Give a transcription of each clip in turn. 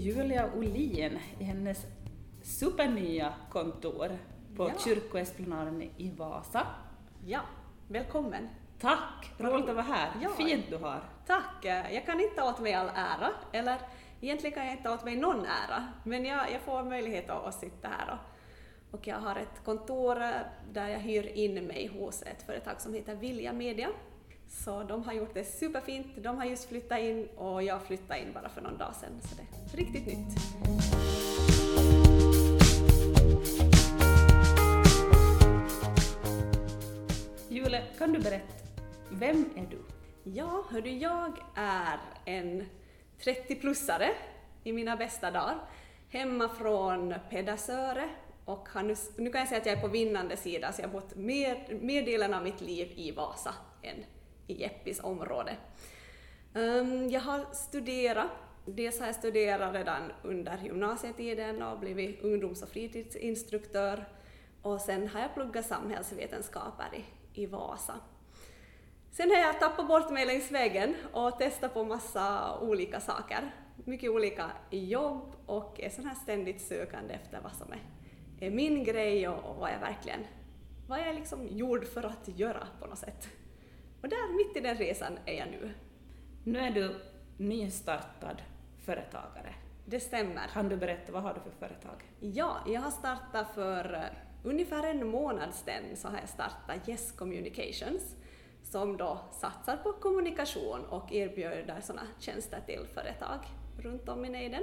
Julia Olin i hennes supernya kontor på Kyrkoesplanaden i Vasa. Ja, välkommen. Tack, roligt att vara här. Ja. Fint du har. Tack, jag kan inte ta åt mig all ära, eller egentligen kan jag inte ta åt mig någon ära, men jag får möjlighet att sitta här och jag har ett kontor där jag hyr in mig hos ett företag som heter Vilja Media. Så de har gjort det superfint, de har just flyttat in och jag flyttade in bara för någon dag sedan, så det är riktigt nytt. Julia, kan du berätta, vem är du? Ja, hördu, jag är en 30-plussare i mina bästa dagar, hemma från Pedersöre och nu kan jag säga att jag är på vinnande sida, så jag har bott mer delen av mitt liv i Vasa än i Jeppis område. Jag har studerat, dels har jag studerat redan under gymnasietiden och blivit ungdoms- och fritidsinstruktör och sen har jag pluggat samhällsvetenskaper i Vasa. Sen har jag tappat bort mig längs vägen och testat på massa olika saker, mycket olika jobb och är sån här ständigt sökande efter vad som är min grej och vad jag är liksom gjord för att göra på något sätt. Och där mitt i den resan är jag nu. Nu är du nystartad företagare. Det stämmer. Kan du berätta, vad har du för företag? Ja, jag har startat för ungefär en månad sedan, så har jag startat Yes Communications som då satsar på kommunikation och erbjuder sådana tjänster till företag runt om i nejden.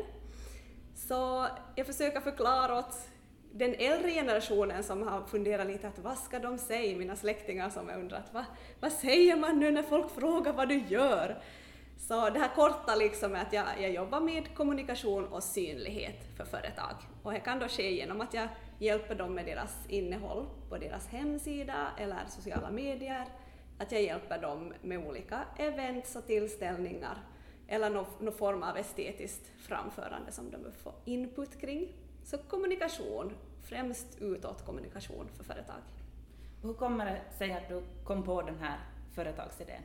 Så jag försöker förklara åt den äldre generationen som har funderat lite att vad ska de säga, mina släktingar som har undrat vad säger man nu när folk frågar vad du gör? Så det här korta liksom är att jag jobbar med kommunikation och synlighet för företag. Och det kan då ske genom att jag hjälper dem med deras innehåll på deras hemsida eller sociala medier. Att jag hjälper dem med olika events och tillställningar eller någon form av estetiskt framförande som de får input kring. Så kommunikation, främst utåt kommunikation för företag. Hur kommer det sig att du kom på den här företagsidén?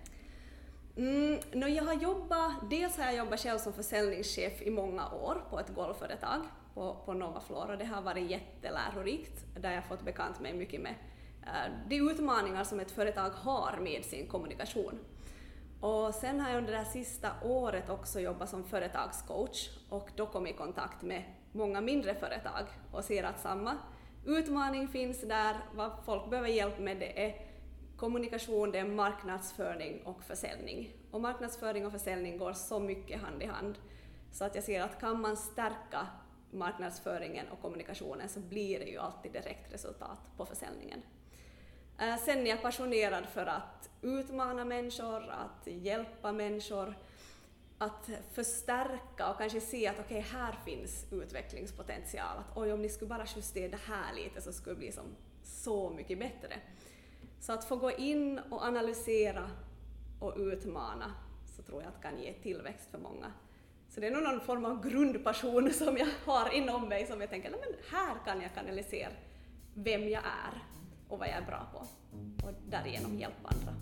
Jag har dels har jag jobbat själv som försäljningschef i många år på ett golvföretag på Nova Flora. Det har varit jättelärorikt där jag fått bekant mig mycket med de utmaningar som ett företag har med sin kommunikation. Och sen har jag under det här sista året också jobbat som företagscoach och då kom jag i kontakt med många mindre företag och ser att samma utmaning finns där. Vad folk behöver hjälp med det är kommunikation, det är marknadsföring och försäljning. Och marknadsföring och försäljning går så mycket hand i hand så att jag ser att kan man stärka marknadsföringen och kommunikationen så blir det ju alltid direkt resultat på försäljningen. Sen är jag passionerad för att utmana människor, att hjälpa människor, att förstärka och kanske se att okej, här finns utvecklingspotential. Att om ni skulle bara justera det här lite så skulle det bli så mycket bättre. Så att få gå in och analysera och utmana så tror jag att kan ge tillväxt för många. Så det är nog någon form av grundpassion som jag har inom mig som jag tänker, men här kan jag kanalisera vem jag är och vad jag är bra på och därigenom hjälpa andra.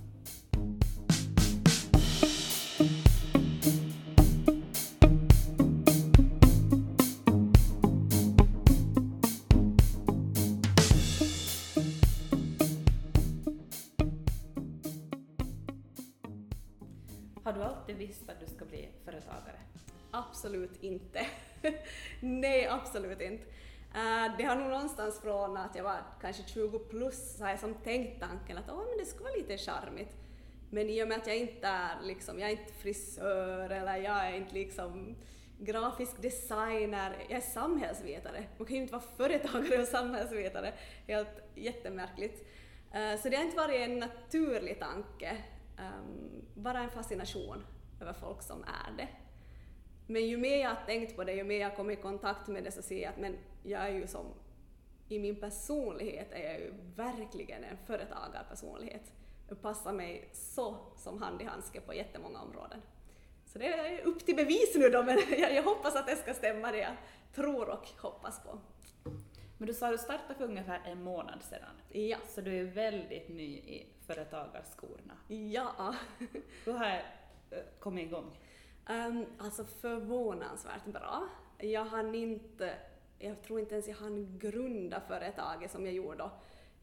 Har du alltid visst att du ska bli företagare? Absolut inte. Nej, absolut inte. Det har nog någonstans från att jag var kanske 20 plus så har jag som tänkt tanken att men det skulle vara lite charmigt. Men i och med att jag är inte frisör eller jag är inte liksom grafisk designer, jag är samhällsvetare. Man kan ju inte vara företagare och samhällsvetare, helt jättemärkligt. Så det har inte varit en naturlig tanke, bara en fascination över folk som är det. Men ju mer jag har tänkt på det, ju mer jag kommer i kontakt med det så ser jag att jag är ju i min personlighet är jag ju verkligen en företagarpersonlighet. Det passar mig så som hand i handske på jättemånga områden. Så det är upp till bevis nu då, men jag hoppas att det ska stämma det jag tror och hoppas på. Men du sa att du startade för ungefär en månad sedan. Ja. Så du är väldigt ny i företagarskorna. Ja. Hur har jag kommit igång? Alltså förvånansvärt bra. jag tror inte ens jag hann grunda företaget som jag gjorde då.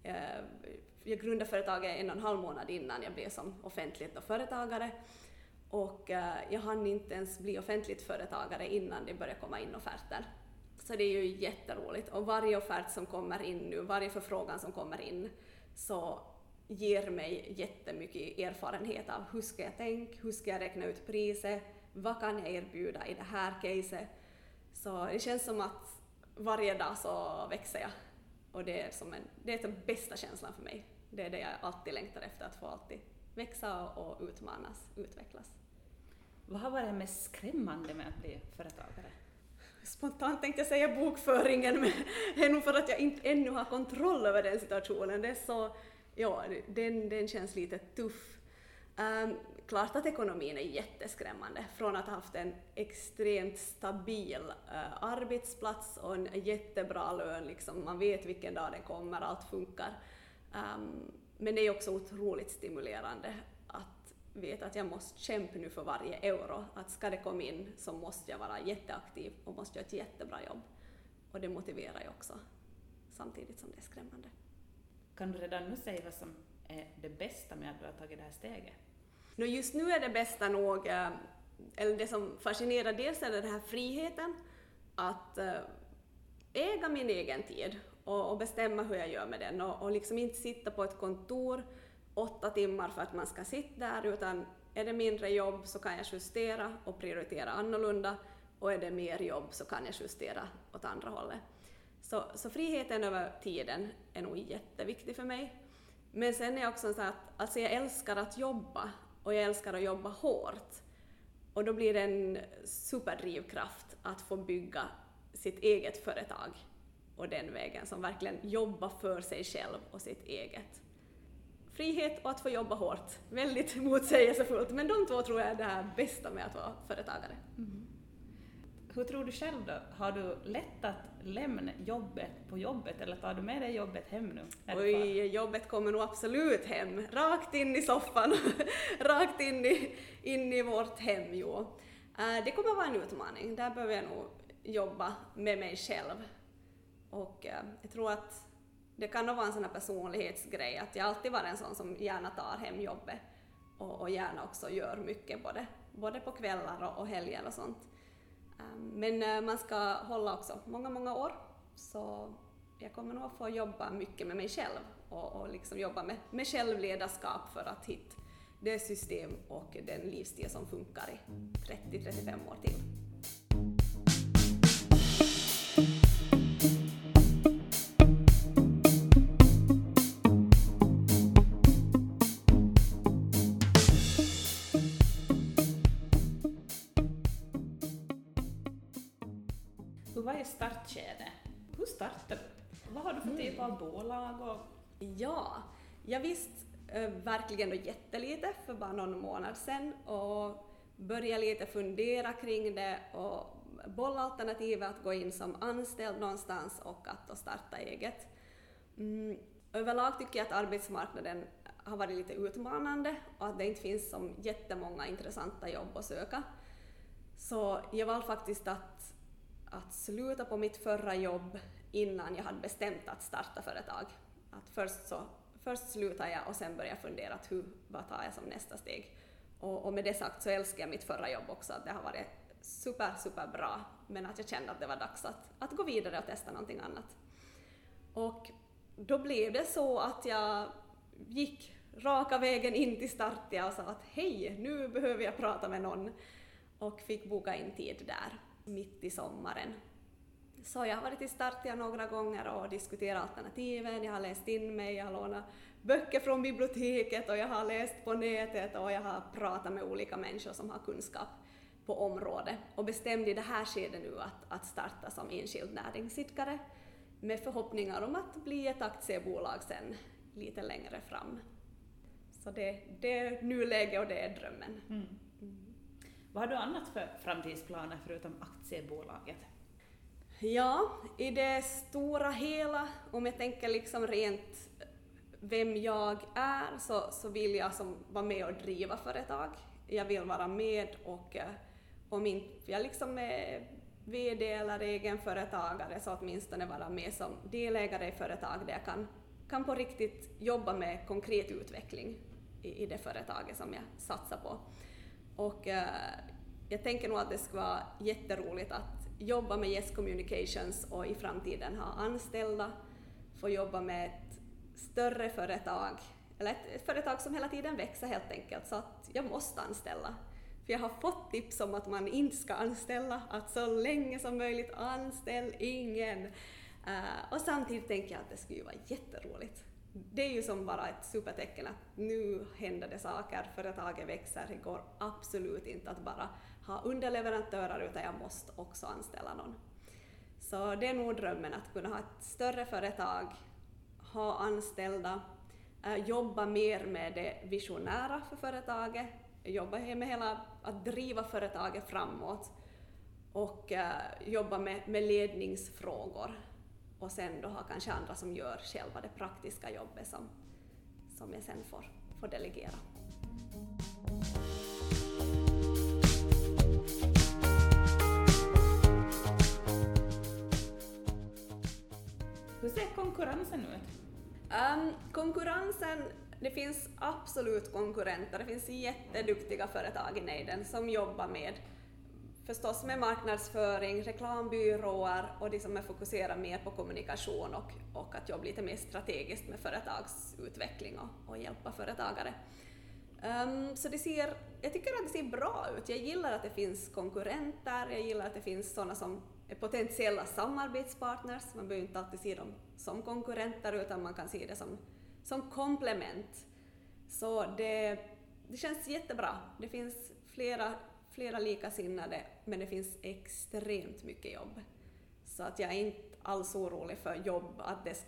Jag grundade företaget 1,5 månad innan jag blev som offentligt företagare. Och jag hann inte ens bli offentligt företagare innan det började komma in offerter. Så det är ju jätteroligt. Och varje offert som kommer in nu, varje förfrågan som kommer in, så ger mig jättemycket erfarenhet av hur ska jag tänka, hur ska jag räkna ut priset, vad kan jag erbjuda i det här caset. Så det känns som att varje dag så växer jag. Och det är den bästa känslan för mig. Det är det jag alltid längtar efter, att få alltid växa och utmanas, utvecklas. Vad har varit mest skrämmande med att bli företagare? Spontant tänkte jag säga bokföringen, men det är nog för att jag inte ännu har kontroll över den situationen. Det är så, ja, den känns lite tuff. Klart att ekonomin är jätteskrämmande. Från att ha haft en extremt stabil arbetsplats och en jättebra lön. Liksom. Man vet vilken dag den kommer, allt funkar. Men det är också otroligt stimulerande att veta att jag måste kämpa nu för varje euro. Att ska det komma in så måste jag vara jätteaktiv och måste göra ett jättebra jobb. Och det motiverar ju också, samtidigt som det är skrämmande. Kan du redan nu säga vad som är det bästa med att du har tagit det här steget? Just nu är det bästa nog, eller det som fascinerar dels är den här friheten, att äga min egen tid och bestämma hur jag gör med den och liksom inte sitta på ett kontor 8 timmar för att man ska sitta där, utan är det mindre jobb så kan jag justera och prioritera annorlunda, och är det mer jobb så kan jag justera åt andra hållet. Så friheten över tiden är nog jätteviktig för mig. Men sen är jag också så att alltså jag älskar att jobba, och jag älskar att jobba hårt. Och då blir det en superdrivkraft att få bygga sitt eget företag och den vägen, som verkligen jobbar för sig själv och sitt eget. Frihet och att få jobba hårt, väldigt motsägelsefullt, men de två tror jag är det här bästa med att vara företagare. Mm. Hur tror du själv då? Har du lätt att lämna jobbet på jobbet, eller tar du med dig jobbet hem nu? Oj, jobbet kommer nog absolut hem. Rakt in i soffan, rakt in i vårt hem. Jo. Det kommer vara en utmaning. Där behöver jag nog jobba med mig själv. Och jag tror att det kan nog vara en sån här personlighetsgrej, att jag alltid varit en sån som gärna tar hem jobbet och gärna också gör mycket både på kvällar och helger och sånt. Men man ska hålla också många år, så jag kommer nog få jobba mycket med mig själv och liksom jobba med självledarskap för att hitta det system och den livsstil som funkar i 30-35 år till. Hur var i startskede? Hur startade du? Vad har du för typ av bolag? Ja, jag visste verkligen då jättelite för bara någon månad sedan och började lite fundera kring det och bolla alternativet att gå in som anställd någonstans och att starta eget. Överlag tycker jag att arbetsmarknaden har varit lite utmanande och att det inte finns så jättemånga intressanta jobb att söka. Så jag valde faktiskt att sluta på mitt förra jobb innan jag hade bestämt att starta företag. Att först slutade jag och sen började jag fundera att vad tar jag som nästa steg. Och med det sagt så älskar jag mitt förra jobb också. Att det har varit super bra, men att jag kände att det var dags att gå vidare och testa någonting annat. Och då blev det så att jag gick raka vägen in till Startia och sa att hej, nu behöver jag prata med någon, och fick boka in tid där mitt i sommaren. Så jag har varit i Startia några gånger och diskuterat alternativen, jag har läst in mig, jag har lånat böcker från biblioteket och jag har läst på nätet och jag har pratat med olika människor som har kunskap på området och bestämde i det här skedet nu att starta som enskild näringsidkare med förhoppningar om att bli ett aktiebolag sen lite längre fram. Så det är nuläge och det är drömmen. Vad har du annat för framtidsplaner förutom aktiebolaget? Ja, i det stora hela, om jag tänker liksom rent vem jag är, så vill jag vara med och driva företag. Jag vill vara med och om inte jag liksom är VD eller egenföretagare så åtminstone vara med som delägare i företag där jag kan på riktigt jobba med konkret utveckling i det företaget som jag satsar på. Och jag tänker nog att det ska vara jätteroligt att jobba med Yes Communications och i framtiden ha anställda, få jobba med ett större företag, eller ett företag som hela tiden växer helt enkelt, så att jag måste anställa. För jag har fått tips om att man inte ska anställa, att så länge som möjligt anställ ingen. Och samtidigt tänker jag att det skulle vara jätteroligt. Det är ju som bara ett supertecken att nu händer det saker, företaget växer, det går absolut inte att bara ha underleverantörer utan jag måste också anställa någon. Så det är nog drömmen att kunna ha ett större företag, ha anställda, jobba mer med det visionära för företaget, jobba med hela att driva företaget framåt och jobba med ledningsfrågor. Och sen då ha kanske andra som gör själva det praktiska jobbet som jag sen får delegera. Hur ser konkurrensen ut? Konkurrensen, det finns absolut konkurrenter. Det finns jätteduktiga företag i nejden som jobbar förstås med marknadsföring, reklambyråer och de som är fokuserade mer på kommunikation och att jobba lite mer strategiskt med företagsutveckling och hjälpa företagare. Så jag tycker att det ser bra ut. Jag gillar att det finns konkurrenter, jag gillar att det finns sådana som är potentiella samarbetspartners. Man behöver inte alltid se dem som konkurrenter utan man kan se det som komplement. Så det känns jättebra. Det finns flera likasinnade, men det finns extremt mycket jobb. Så att jag är inte alls orolig för jobb,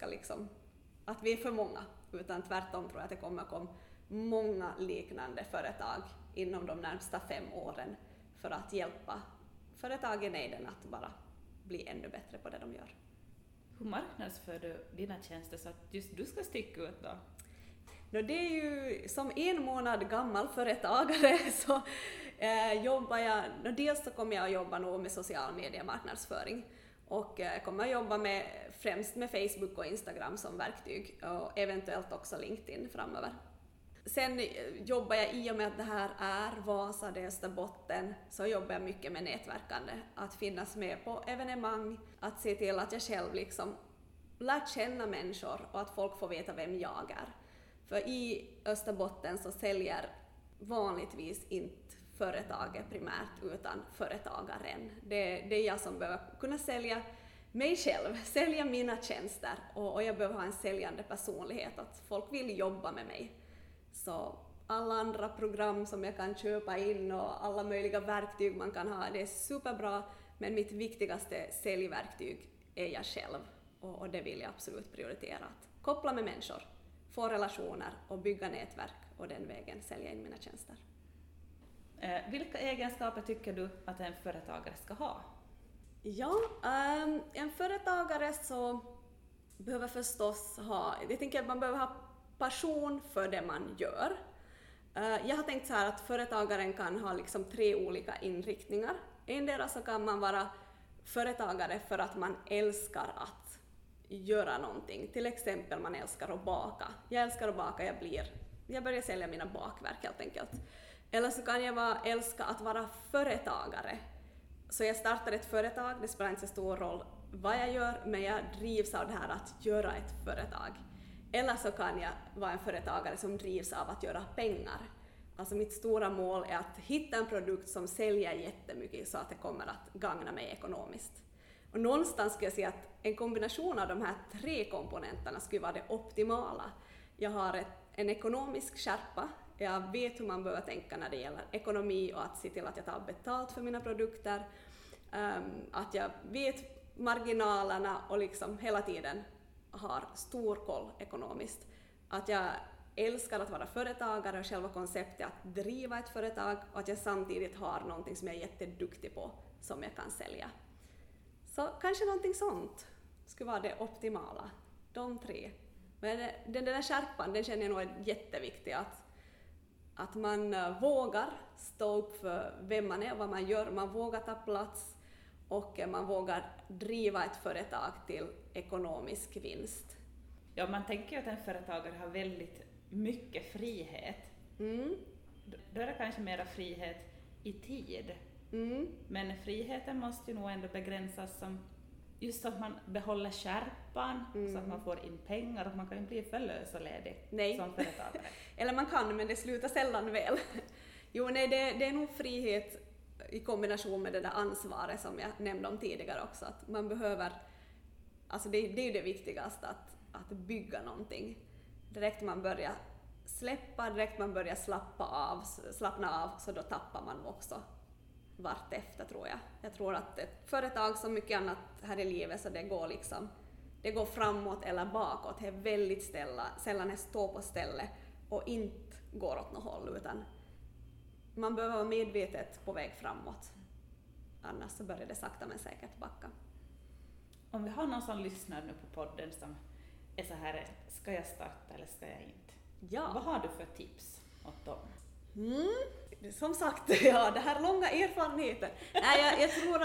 att vi är för många, utan tvärtom tror jag att det kommer komma många liknande företag inom de närmsta 5 åren för att hjälpa företagen i nejden att bara bli ännu bättre på det de gör. Hur marknadsför du dina tjänster så att just du ska sticka ut då? Det är ju som 1 månad gammal företagare så jobbar jag, dels så kommer jag att jobba nog med social media marknadsföring och jag kommer att jobba främst med Facebook och Instagram som verktyg och eventuellt också LinkedIn framöver. Sen jobbar jag, i och med att det här är Vasa, det är Österbotten, så jobbar jag mycket med nätverkande. Att finnas med på evenemang, att se till att jag själv lärt känna människor och att folk får veta vem jag är. För i Österbotten så säljer vanligtvis inte företaget primärt utan företagaren. Det är jag som behöver kunna sälja mig själv, sälja mina tjänster och jag behöver ha en säljande personlighet, att folk vill jobba med mig. Så alla andra program som jag kan köpa in och alla möjliga verktyg man kan ha, det är superbra, men mitt viktigaste säljverktyg är jag själv och det vill jag absolut prioritera. Att koppla med människor, få relationer och bygga nätverk och den vägen sälja in mina tjänster. Vilka egenskaper tycker du att en företagare ska ha? Ja, en företagare så behöver förstås jag tänker att man behöver ha passion för det man gör. Jag har tänkt så här att företagaren kan ha 3 olika inriktningar. Endera så kan man vara företagare för att man älskar att göra någonting. Till exempel man älskar att baka. Jag älskar att baka, jag börjar sälja mina bakverk helt enkelt. Eller så kan jag älska att vara företagare. Så jag startar ett företag, det spelar inte så stor roll vad jag gör, men jag drivs av det här att göra ett företag. Eller så kan jag vara en företagare som drivs av att göra pengar. Alltså mitt stora mål är att hitta en produkt som säljer jättemycket så att det kommer att gagna mig ekonomiskt. Och någonstans ska jag säga att en kombination av de här 3 komponenterna skulle vara det optimala. Jag har en ekonomisk skärpa. Jag vet hur man behöver tänka när det gäller ekonomi och att se till att jag tar betalt för mina produkter. Att jag vet marginalerna och hela tiden har stor koll ekonomiskt. Att jag älskar att vara företagare och själva konceptet att driva ett företag och att jag samtidigt har någonting som jag är jätteduktig på som jag kan sälja. Så kanske någonting sånt skulle vara det optimala. De 3. Men den där skärpan, den känner jag nog är jätteviktig. Att man vågar stå upp för vem man är och vad man gör. Man vågar ta plats och man vågar driva ett företag till ekonomisk vinst. Ja, man tänker ju att en företagare har väldigt mycket frihet. Då är det kanske mera frihet i tid. Men friheten måste ju nog ändå begränsas som just så att man behåller skärpan, så att man får in pengar, och man kan ju bli för lös och ledig som företagare. Eller man kan, men det slutar sällan väl. Jo, nej, det är nog frihet i kombination med det där ansvaret som jag nämnde om tidigare också. Att man behöver, alltså det är ju det viktigaste, att bygga någonting. Direkt man börjar släppa, direkt man börjar slappna av, så då tappar man också vart efter, tror jag. Jag tror att ett företag som mycket annat här i livet, så det går framåt eller bakåt. Det är väldigt sällan det står på ställe och inte går åt något håll, utan man behöver vara medvetet på väg framåt. Annars så börjar det sakta men säkert backa. Om vi har någon som lyssnar nu på podden som är så här, ska jag starta eller ska jag inte? Ja. Vad har du för tips åt dem? Som sagt, ja, det här långa erfarenheten. Nej,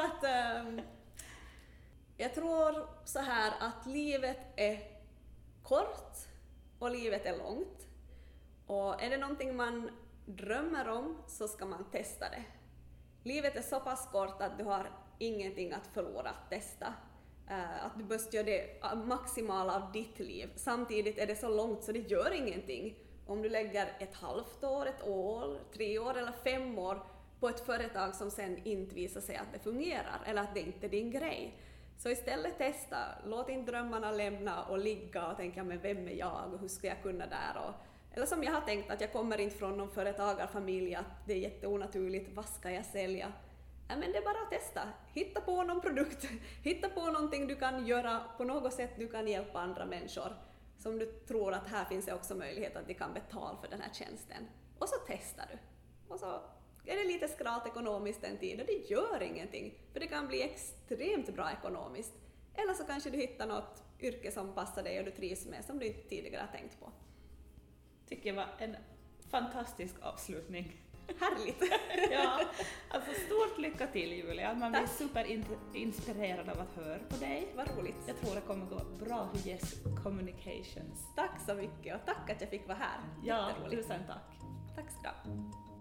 jag tror så här att livet är kort och livet är långt. Och är det någonting man drömmer om, så ska man testa det. Livet är så pass kort att du har ingenting att förlora att testa. Att du måste göra det maximala av ditt liv. Samtidigt är det så långt så det gör ingenting. Om du lägger ett halvt år, ett år, 3 år eller 5 år på ett företag som sen inte visar sig att det fungerar eller att det inte är din grej. Så istället testa, låt inte drömmarna lämna och ligga och tänka, men vem är jag och hur ska jag kunna där? Eller som jag har tänkt, att jag kommer inte från någon företagarfamilj, att det är jätteonaturligt, vad ska jag sälja? Ja, men det är bara att testa, hitta på någon produkt, hitta på någonting du kan göra på något sätt, du kan hjälpa andra människor som du tror att här finns det också möjlighet att de kan betala för den här tjänsten. Och så testar du. Och så är det lite skralt ekonomiskt en tid och det gör ingenting, för det kan bli extremt bra ekonomiskt. Eller så kanske du hittar något yrke som passar dig och du trivs med, som du inte tidigare har tänkt på. Tycker jag var en fantastisk avslutning. Härligt! Ja, alltså stort lycka till, Julia. Man blir superinspirerad av att höra på dig. Vad roligt. Jag tror det kommer gå bra för Yes Communications. Tack så mycket och tack att jag fick vara här. Ja, tusen tack. Tack ska du ha.